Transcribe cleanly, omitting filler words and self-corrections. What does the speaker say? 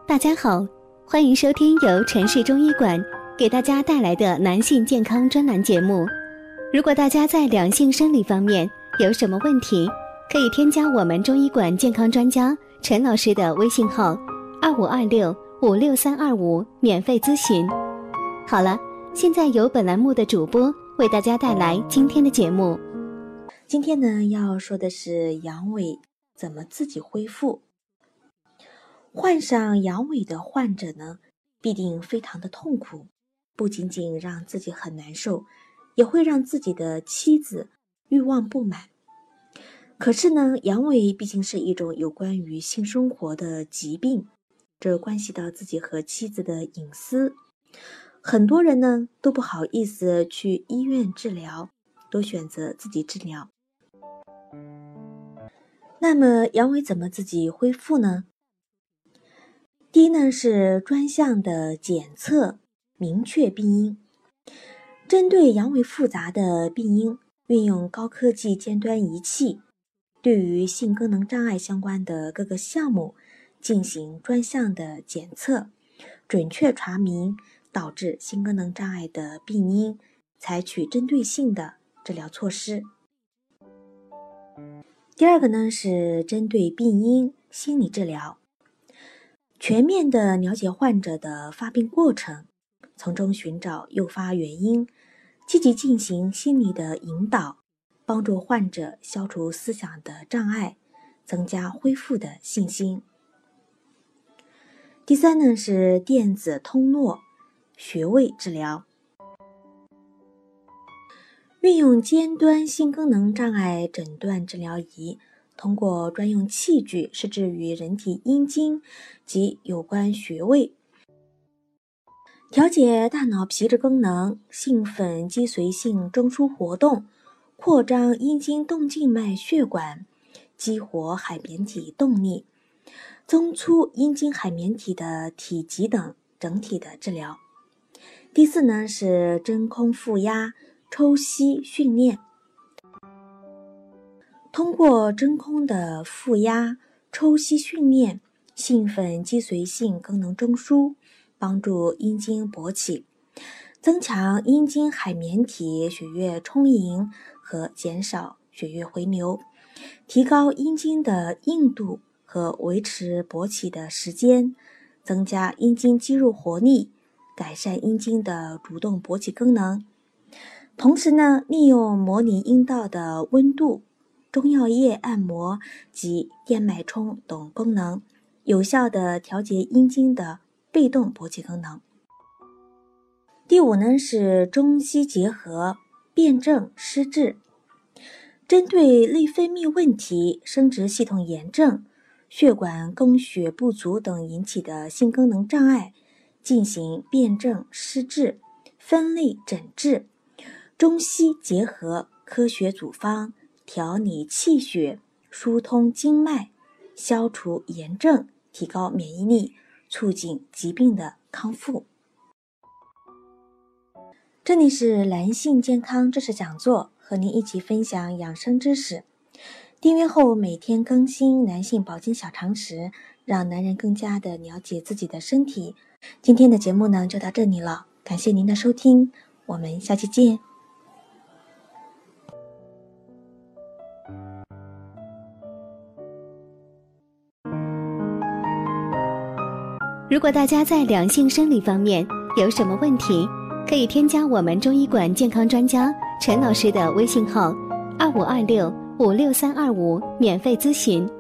大家好，欢迎收听由城市中医馆给大家带来的男性健康专栏节目。如果大家在两性生理方面有什么问题，可以添加我们中医馆健康专家陈老师的微信号2526-56325免费咨询。好了，现在由本栏目的主播为大家带来今天的节目。 今天呢，要说的是阳痿怎么自己恢复。患上阳痿的患者呢，必定非常的痛苦，不仅仅让自己很难受，也会让自己的妻子欲望不满。可是呢，阳痿毕竟是一种有关于性生活的疾病，这关系到自己和妻子的隐私。很多人呢都不好意思去医院治疗，都选择自己治疗。那么阳痿怎么自己恢复呢？第一呢是专项的检测，明确病因。针对阳痿复杂的病因，运用高科技尖端仪器，对于性功能障碍相关的各个项目进行专项的检测，准确查明导致性功能障碍的病因，采取针对性的治疗措施。第二个呢是针对病因心理治疗，全面地了解患者的发病过程，从中寻找诱发原因，积极进行心理的引导，帮助患者消除思想的障碍，增加恢复的信心。第三呢是电子通络穴位治疗，运用尖端性功能障碍诊断治疗仪，通过专用器具施治于人体阴茎及有关穴位，调节大脑皮质功能，兴奋脊髓性中枢活动，扩张阴茎动静脉血管，激活海绵体动力，增粗阴茎海绵体的体积等整体的治疗。第四呢是真空负压抽吸训练，通过真空的负压抽吸训练，兴奋脊髓性功能中枢，帮助阴茎勃起，增强阴茎海绵体血液充盈和减少血液回流，提高阴茎的硬度和维持勃起的时间，增加阴茎肌肉活力，改善阴茎的主动勃起功能。同时呢，利用模拟阴道的温度、中药液按摩及电脉冲等功能，有效地调节阴茎的被动勃起功能。第五呢是中西结合，辩证施治，针对内分泌问题、生殖系统炎症、血管供血不足等引起的性功能障碍，进行辩证施治，分类诊治，中西结合，科学组方，调理气血，疏通经脉，消除炎症，提高免疫力，促进疾病的康复。这里是男性健康知识讲座，和您一起分享养生知识。订阅后每天更新男性保健小常识，让男人更加的了解自己的身体。今天的节目呢就到这里了，感谢您的收听，我们下期见。 如果大家在两性生理方面有什么问题，可以添加我们中医馆健康专家陈老师的微信号2526-56325免费咨询。